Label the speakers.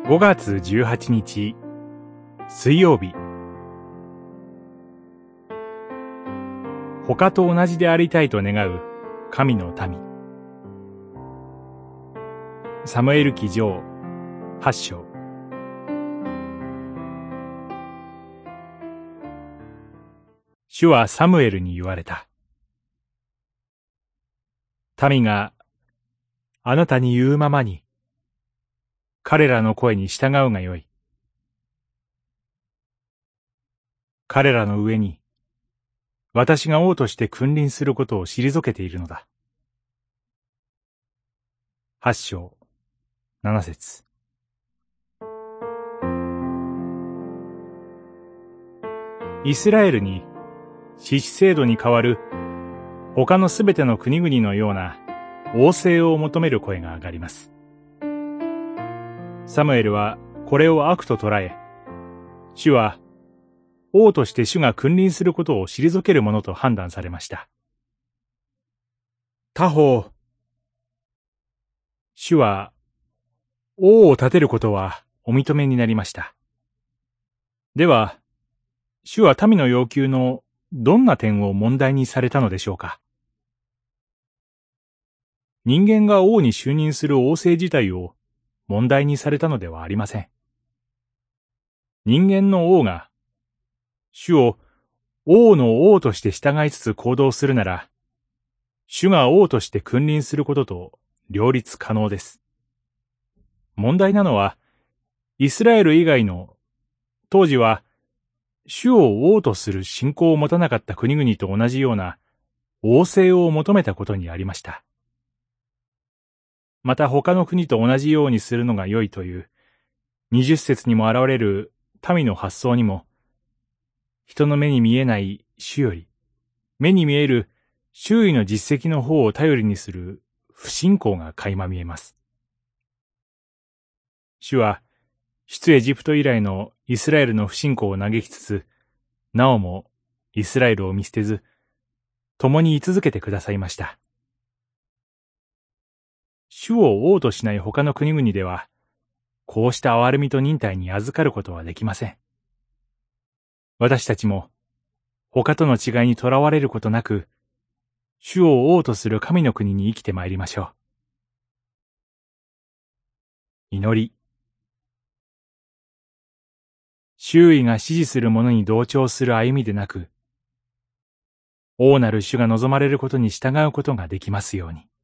Speaker 1: 5月18日水曜日。他と同じでありたいと願う神の民。サムエル記上8章。主はサムエルに言われた。民があなたに言うままに彼らの声に従うがよい。彼らの上に私が王として君臨することを退けているのだ。8章7節。イスラエルに士師制度に代わる他のすべての国々のような王政を求める声が上がります。サムエルはこれを悪と捉え、主は王として主が君臨することを退けるものと判断されました。他方、主は王を立てることはお認めになりました。では、主は民の要求のどんな点を問題にされたのでしょうか。人間が王に就任する王政自体を問題にされたのではありません。人間の王が主を王の王として従いつつ行動するなら、主が王として君臨することと両立可能です。問題なのは、イスラエル以外の当時は主を王とする信仰を持たなかった国々と同じような王政を求めたことにありました。また他の国と同じようにするのが良いという20節にも現れる民の発想にも、人の目に見えない主より、目に見える周囲の実績の方を頼りにする不信仰が垣間見えます。主は出エジプト以来のイスラエルの不信仰を嘆きつつ、なおもイスラエルを見捨てず、共に居続けてくださいました。主を王としない他の国々では、こうした憐れみと忍耐に預かることはできません。私たちも、他との違いにとらわれることなく、主を王とする神の国に生きてまいりましょう。祈り。周囲が指示する者に同調する歩みでなく、王なる主が望まれることに従うことができますように。